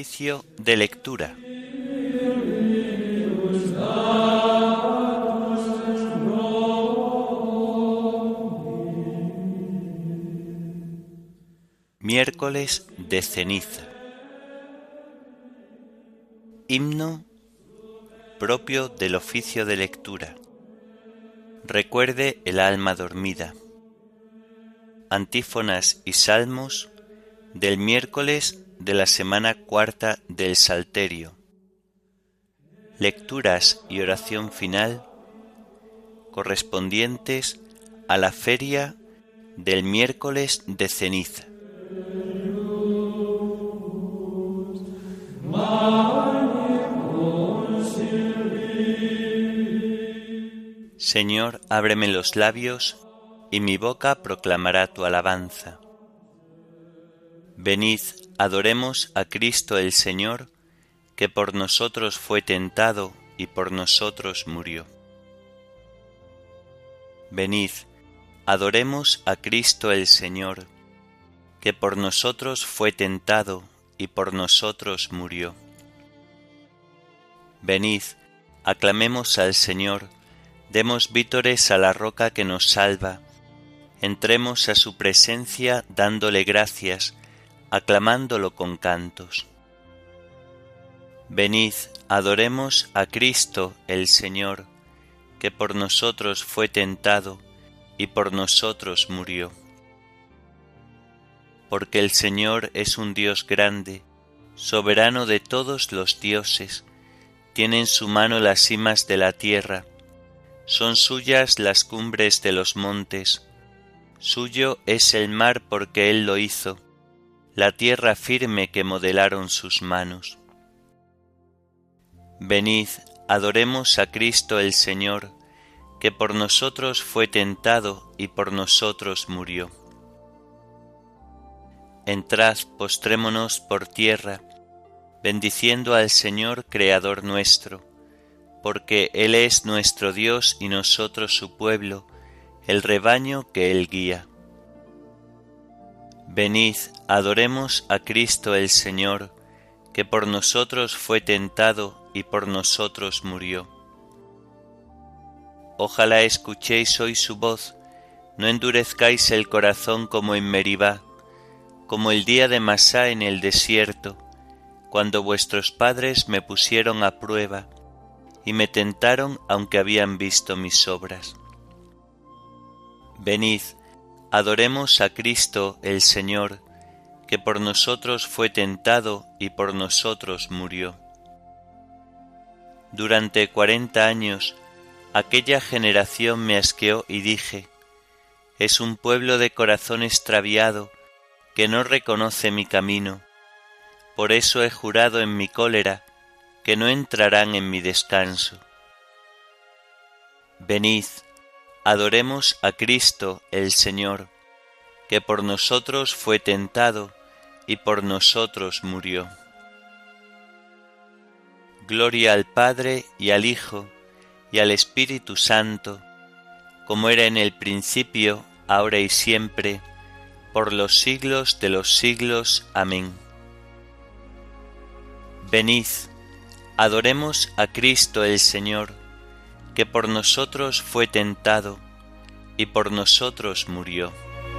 oficio de lectura. Miércoles de ceniza. Himno propio del oficio de lectura. Recuerde el alma dormida. Antífonas y salmos del miércoles de la semana cuarta del Salterio. Lecturas y oración final correspondientes a la feria del miércoles de ceniza. Señor, ábreme los labios, y mi boca proclamará tu alabanza. Venid, adoremos a Cristo el Señor, que por nosotros fue tentado y por nosotros murió. Venid, adoremos a Cristo el Señor, que por nosotros fue tentado y por nosotros murió. Venid, aclamemos al Señor, demos vítores a la roca que nos salva, entremos a su presencia dándole gracias, aclamándolo con cantos. Venid, adoremos a Cristo el Señor, que por nosotros fue tentado y por nosotros murió. Porque el Señor es un Dios grande, soberano de todos los dioses, tiene en su mano las cimas de la tierra, son suyas las cumbres de los montes, suyo es el mar porque Él lo hizo, la tierra firme que modelaron sus manos. Venid, adoremos a Cristo el Señor, que por nosotros fue tentado y por nosotros murió. Entrad, postrémonos por tierra, bendiciendo al Señor Creador nuestro, porque Él es nuestro Dios y nosotros su pueblo, el rebaño que Él guía. Venid, adoremos a Cristo el Señor, que por nosotros fue tentado y por nosotros murió. Ojalá escuchéis hoy su voz, no endurezcáis el corazón como en Meribá, como el día de Masá en el desierto, cuando vuestros padres me pusieron a prueba y me tentaron aunque habían visto mis obras. Venid, adoremos a Cristo el Señor, que por nosotros fue tentado y por nosotros murió. Durante 40 años, aquella generación me asqueó y dije, es un pueblo de corazón extraviado que no reconoce mi camino. Por eso he jurado en mi cólera que no entrarán en mi descanso. Venid, adoremos a Cristo el Señor, que por nosotros fue tentado y por nosotros murió. Gloria al Padre y al Hijo y al Espíritu Santo, como era en el principio, ahora y siempre, por los siglos de los siglos. Amén. Venid, adoremos a Cristo el Señor, que por nosotros fue tentado y por nosotros murió.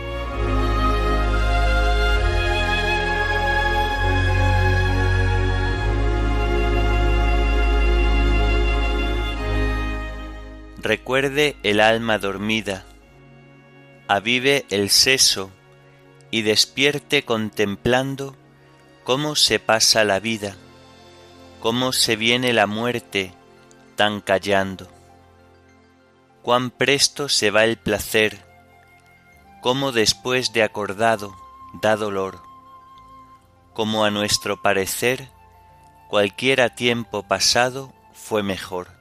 Recuerde el alma dormida, avive el seso y despierte contemplando cómo se pasa la vida, cómo se viene la muerte tan callando. Cuán presto se va el placer, cómo después de acordado da dolor, como a nuestro parecer cualquiera tiempo pasado fue mejor.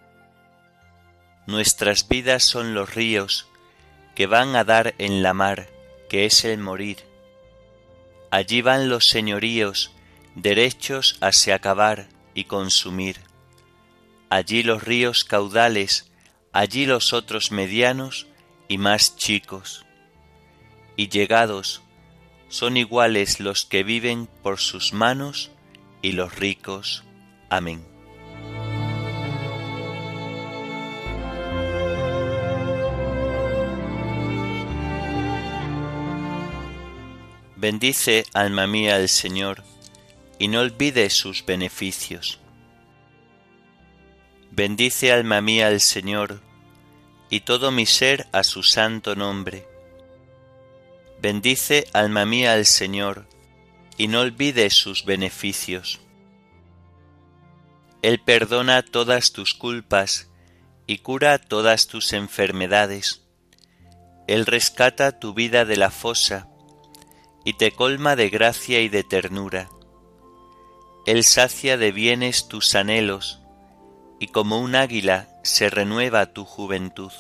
Nuestras vidas son los ríos que van a dar en la mar, que es el morir. Allí van los señoríos, derechos a se acabar y consumir. Allí los ríos caudales, allí los otros medianos y más chicos. Y llegados, son iguales los que viven por sus manos y los ricos. Amén. Bendice, alma mía, al Señor, y no olvides sus beneficios. Bendice, alma mía, al Señor, y todo mi ser a su santo nombre. Bendice, alma mía, al Señor, y no olvides sus beneficios. Él perdona todas tus culpas y cura todas tus enfermedades. Él rescata tu vida de la fosa y te colma de gracia y de ternura. Él sacia de bienes tus anhelos y como un águila se renueva tu juventud.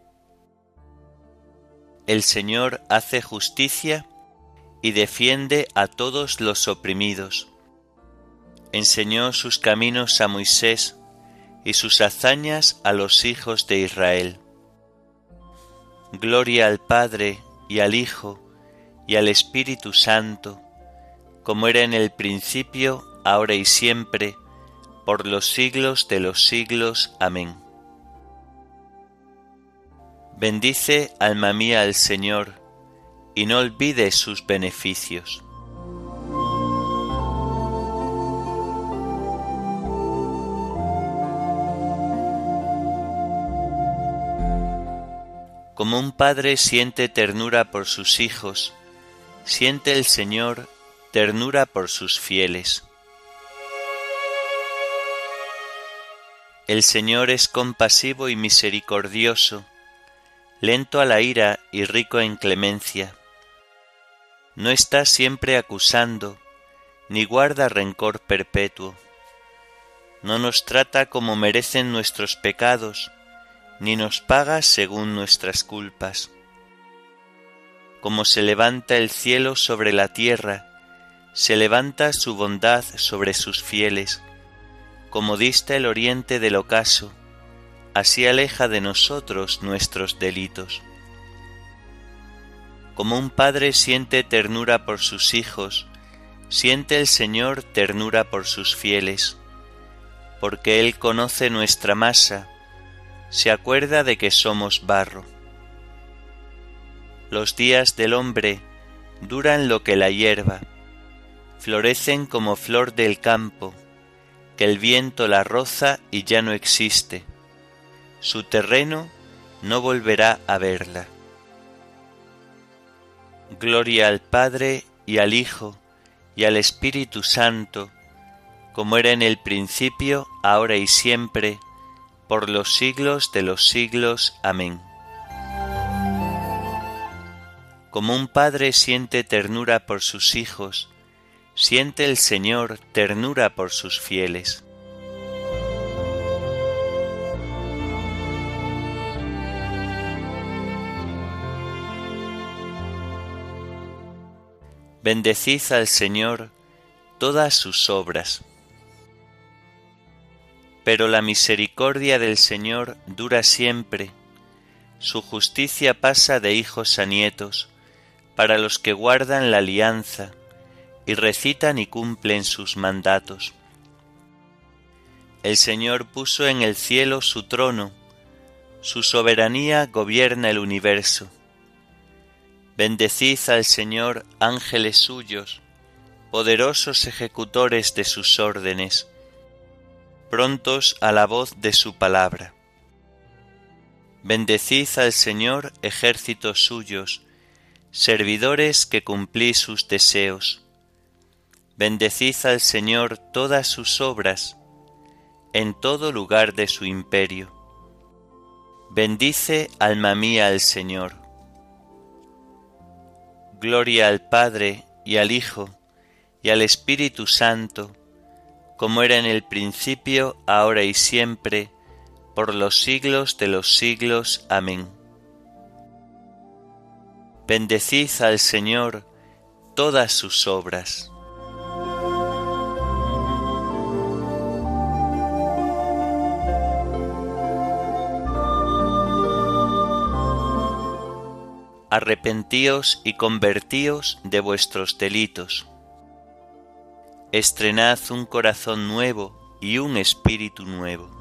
El Señor hace justicia y defiende a todos los oprimidos. Enseñó sus caminos a Moisés y sus hazañas a los hijos de Israel. Gloria al Padre y al Hijo y al Espíritu Santo, como era en el principio, ahora y siempre, por los siglos de los siglos. Amén. Bendice, alma mía, al Señor, y no olvides sus beneficios. Como un padre siente ternura por sus hijos, siente el Señor ternura por sus fieles. El Señor es compasivo y misericordioso, lento a la ira y rico en clemencia. No está siempre acusando, ni guarda rencor perpetuo. No nos trata como merecen nuestros pecados, ni nos paga según nuestras culpas. Como se levanta el cielo sobre la tierra, se levanta su bondad sobre sus fieles. Como dista el oriente del ocaso, así aleja de nosotros nuestros delitos. Como un padre siente ternura por sus hijos, siente el Señor ternura por sus fieles, porque Él conoce nuestra masa, se acuerda de que somos barro. Los días del hombre duran lo que la hierba, florecen como flor del campo, que el viento la roza y ya no existe. Su terreno no volverá a verla. Gloria al Padre y al Hijo y al Espíritu Santo, como era en el principio, ahora y siempre, por los siglos de los siglos. Amén. Como un padre siente ternura por sus hijos, siente el Señor ternura por sus fieles. Bendecid al Señor todas sus obras. Pero la misericordia del Señor dura siempre, su justicia pasa de hijos a nietos, para los que guardan la alianza y recitan y cumplen sus mandatos. El Señor puso en el cielo su trono, su soberanía gobierna el universo. Bendecid al Señor, ángeles suyos, poderosos ejecutores de sus órdenes, prontos a la voz de su palabra. Bendecid al Señor, ejércitos suyos, servidores que cumplís sus deseos. Bendecid al Señor todas sus obras, en todo lugar de su imperio. Bendice, alma mía, al Señor. Gloria al Padre y al Hijo y al Espíritu Santo, como era en el principio, ahora y siempre, por los siglos de los siglos. Amén. Bendecid al Señor todas sus obras. Arrepentíos y convertíos de vuestros delitos. estrenad un corazón nuevo y un espíritu nuevo.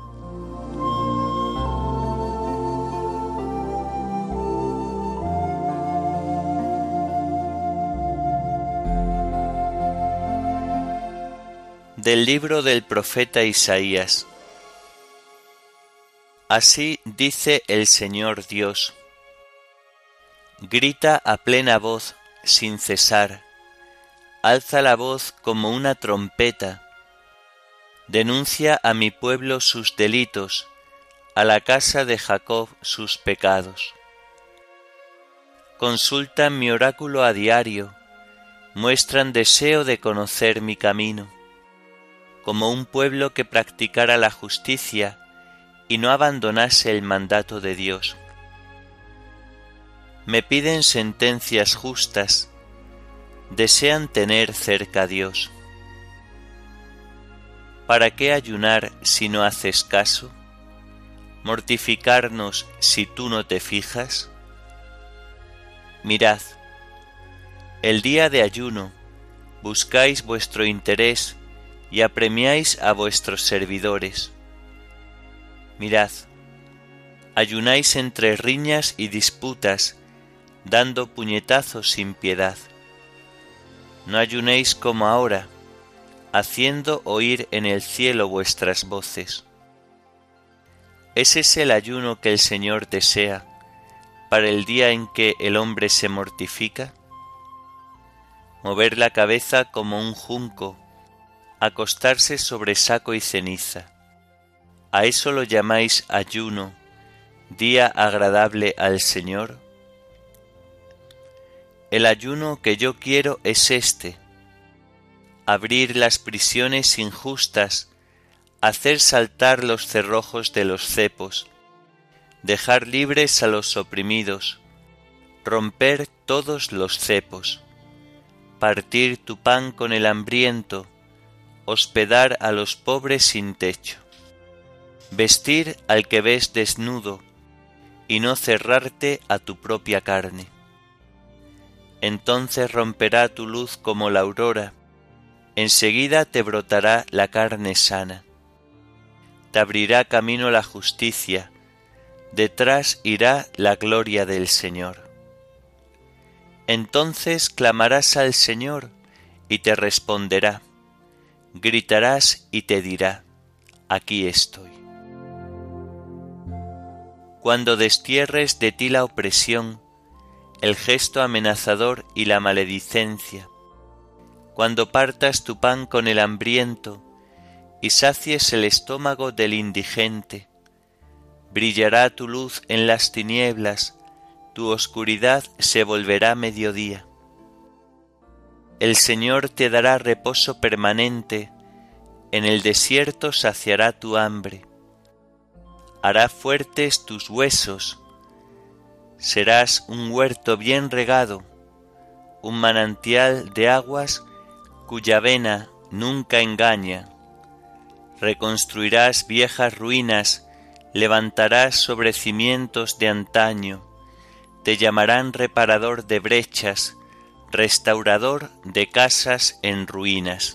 Del libro del profeta Isaías. Así dice el Señor Dios: grita a plena voz sin cesar, alza la voz como una trompeta, denuncia a mi pueblo sus delitos, a la casa de Jacob sus pecados. Consultan mi oráculo a diario, muestran deseo de conocer mi camino, como un pueblo que practicara la justicia y no abandonase el mandato de Dios. Me piden sentencias justas, desean tener cerca a Dios. ¿Para qué ayunar si no haces caso? ¿Mortificarnos si tú no te fijas? Mirad, el día de ayuno, buscáis vuestro interés y apremiáis a vuestros servidores. Mirad, ayunáis entre riñas y disputas, dando puñetazos sin piedad. No ayunéis como ahora, haciendo oír en el cielo vuestras voces. ¿Ese es el ayuno que el Señor desea para el día en que el hombre se mortifica? Mover la cabeza como un junco, acostarse sobre saco y ceniza. ¿A eso lo llamáis ayuno, día agradable al Señor? El ayuno que yo quiero es este: abrir las prisiones injustas, hacer saltar los cerrojos de los cepos, dejar libres a los oprimidos, romper todos los cepos, partir tu pan con el hambriento, hospedar a los pobres sin techo, vestir al que ves desnudo y no cerrarte a tu propia carne. Entonces romperá tu luz como la aurora, enseguida te brotará la carne sana. Te abrirá camino la justicia, detrás irá la gloria del Señor. Entonces clamarás al Señor y te responderá, gritarás y te dirá: aquí estoy. Cuando destierres de ti la opresión, el gesto amenazador y la maledicencia, cuando partas tu pan con el hambriento y sacies el estómago del indigente, brillará tu luz en las tinieblas, tu oscuridad se volverá mediodía. El Señor te dará reposo permanente, en el desierto saciará tu hambre, hará fuertes tus huesos, serás un huerto bien regado, un manantial de aguas cuya vena nunca engaña. Reconstruirás viejas ruinas, levantarás sobre cimientos de antaño, te llamarán reparador de brechas, restaurador de casas en ruinas.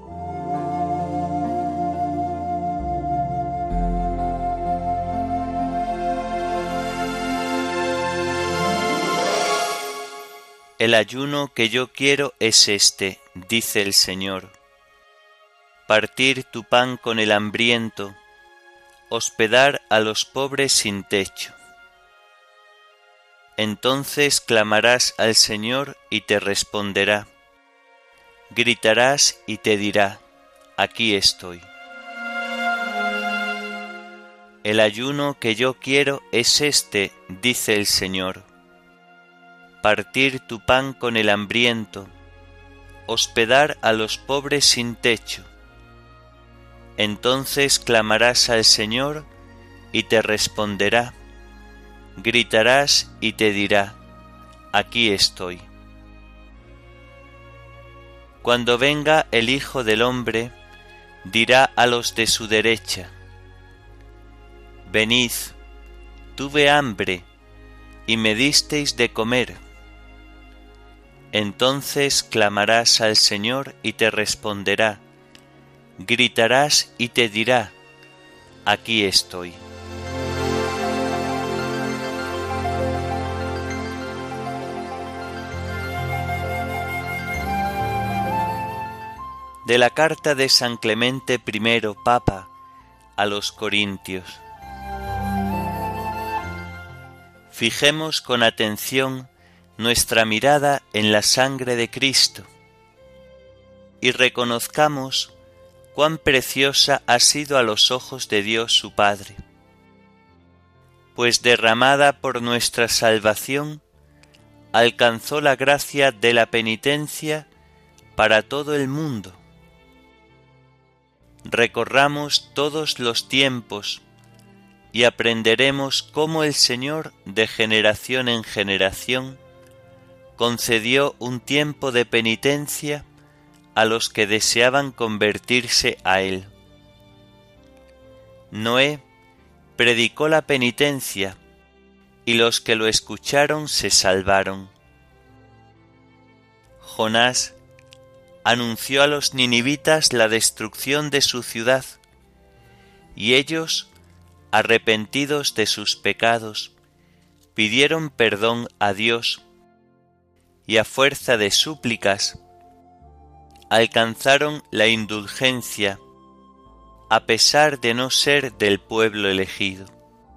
El ayuno que yo quiero es este, dice el Señor: partir tu pan con el hambriento, hospedar a los pobres sin techo. Entonces clamarás al Señor y te responderá, gritarás y te dirá: aquí estoy. El ayuno que yo quiero es este, dice el Señor: partir tu pan con el hambriento, hospedar a los pobres sin techo. Entonces clamarás al Señor y te responderá, gritarás y te dirá: aquí estoy. Cuando venga el Hijo del Hombre, dirá a los de su derecha: venid, tuve hambre, y me disteis de comer. Entonces clamarás al Señor y te responderá, gritarás y te dirá: aquí estoy. De la carta de San Clemente I, Papa, a los Corintios. Fijemos con atención nuestra mirada en la sangre de Cristo y reconozcamos cuán preciosa ha sido a los ojos de Dios su Padre, pues derramada por nuestra salvación, alcanzó la gracia de la penitencia para todo el mundo. Recorramos todos los tiempos y aprenderemos cómo el Señor, de generación en generación, concedió un tiempo de penitencia a los que deseaban convertirse a Él. Noé predicó la penitencia y los que lo escucharon se salvaron. Jonás anunció a los ninivitas la destrucción de su ciudad, y ellos, arrepentidos de sus pecados, pidieron perdón a Dios, y a fuerza de súplicas alcanzaron la indulgencia, a pesar de no ser del pueblo elegido.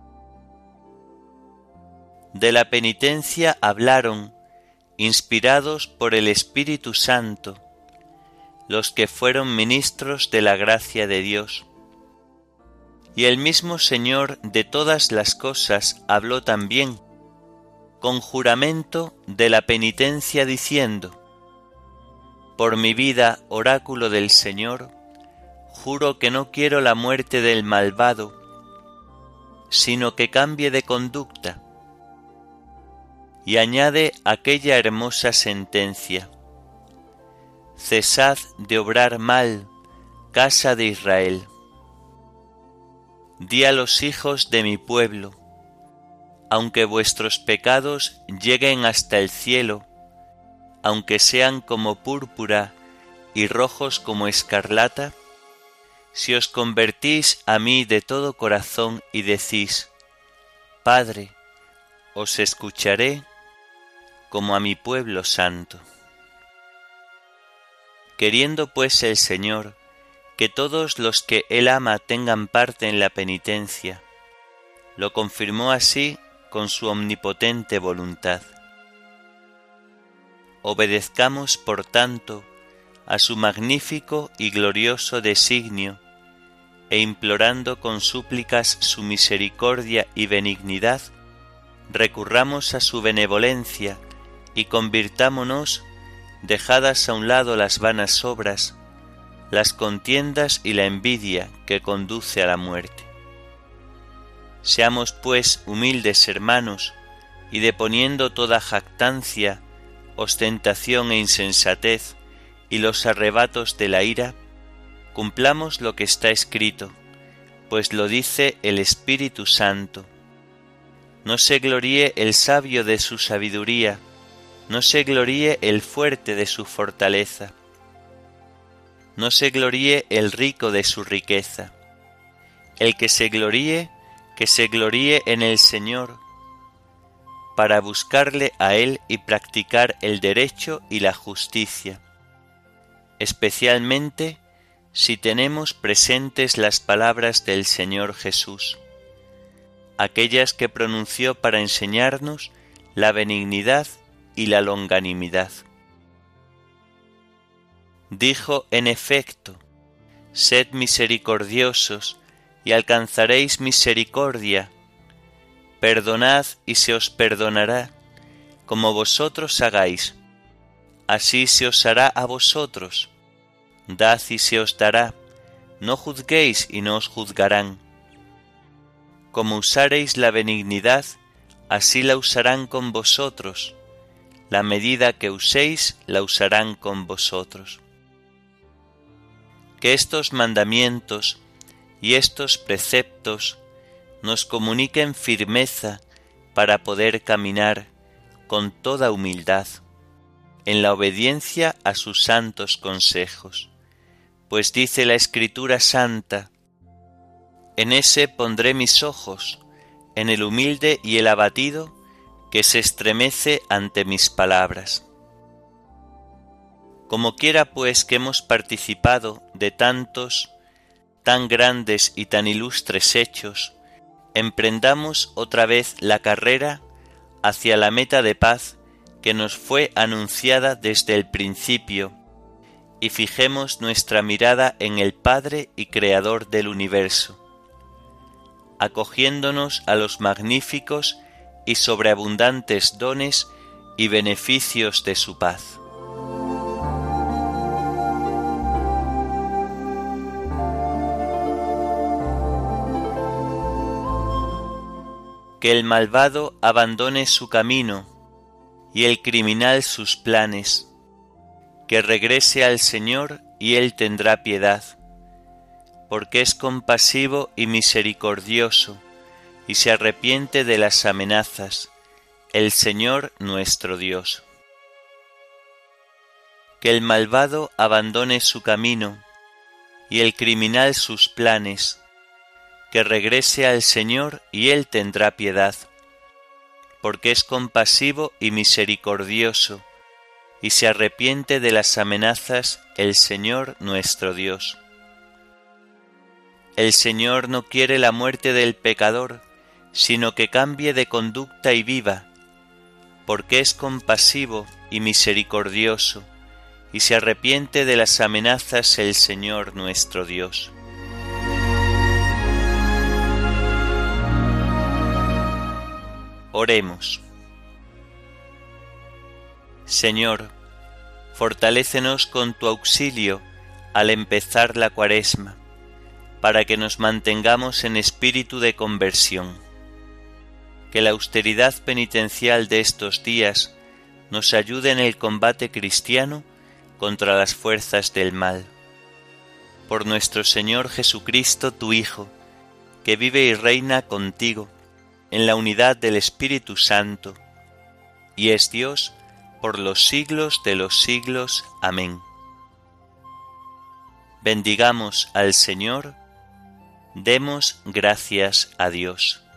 De la penitencia hablaron, inspirados por el Espíritu Santo, los que fueron ministros de la gracia de Dios. Y el mismo Señor de todas las cosas habló también, con juramento de la penitencia, diciendo: por mi vida, oráculo del Señor, juro que no quiero la muerte del malvado, sino que cambie de conducta. Y añade aquella hermosa sentencia: cesad de obrar mal, casa de Israel. Di a los hijos de mi pueblo: aunque vuestros pecados lleguen hasta el cielo, aunque sean como púrpura y rojos como escarlata, si os convertís a mí de todo corazón y decís: Padre, os escucharé, como a mi pueblo santo. Queriendo pues el Señor que todos los que Él ama tengan parte en la penitencia, lo confirmó así con su omnipotente voluntad. Obedezcamos, por tanto, a su magnífico y glorioso designio, e implorando con súplicas su misericordia y benignidad, recurramos a su benevolencia y convirtámonos, dejadas a un lado las vanas obras, las contiendas y la envidia que conduce a la muerte. Seamos pues humildes hermanos, y deponiendo toda jactancia, ostentación e insensatez y los arrebatos de la ira, cumplamos lo que está escrito, pues lo dice el Espíritu Santo: no se gloríe el sabio de su sabiduría, no se gloríe el fuerte de su fortaleza, no se gloríe el rico de su riqueza. El que se gloríe en el Señor, para buscarle a Él y practicar el derecho y la justicia, especialmente si tenemos presentes las palabras del Señor Jesús, aquellas que pronunció para enseñarnos la benignidad y la longanimidad. Dijo en efecto: sed misericordiosos y alcanzaréis misericordia, perdonad y se os perdonará, como vosotros hagáis, así se os hará a vosotros. Dad y se os dará, no juzguéis y no os juzgarán. Como usareis la benignidad, así la usarán con vosotros, la medida que uséis la usarán con vosotros. Que estos mandamientos y estos preceptos nos comuniquen firmeza para poder caminar con toda humildad en la obediencia a sus santos consejos, pues dice la Escritura Santa: en ese pondré mis ojos, en el humilde y el abatido, que se estremece ante mis palabras. Como quiera pues que hemos participado de tantos, tan grandes y tan ilustres hechos, emprendamos otra vez la carrera hacia la meta de paz que nos fue anunciada desde el principio, y fijemos nuestra mirada en el Padre y Creador del universo, acogiéndonos a los magníficos y sobreabundantes dones y beneficios de su paz. Que el malvado abandone su camino y el criminal sus planes, que regrese al Señor y Él tendrá piedad, porque es compasivo y misericordioso, y se arrepiente de las amenazas, el Señor nuestro Dios. Que el malvado abandone su camino y el criminal sus planes, que regrese al Señor y Él tendrá piedad, porque es compasivo y misericordioso, y se arrepiente de las amenazas el Señor nuestro Dios. El Señor no quiere la muerte del pecador, sino que cambie de conducta y viva, porque es compasivo y misericordioso, y se arrepiente de las amenazas el Señor nuestro Dios. Oremos. Señor, fortalécenos con tu auxilio al empezar la Cuaresma, para que nos mantengamos en espíritu de conversión. Que la austeridad penitencial de estos días nos ayude en el combate cristiano contra las fuerzas del mal. Por nuestro Señor Jesucristo, tu Hijo, que vive y reina contigo en la unidad del Espíritu Santo, y es Dios por los siglos de los siglos. Amén. Bendigamos al Señor, demos gracias a Dios.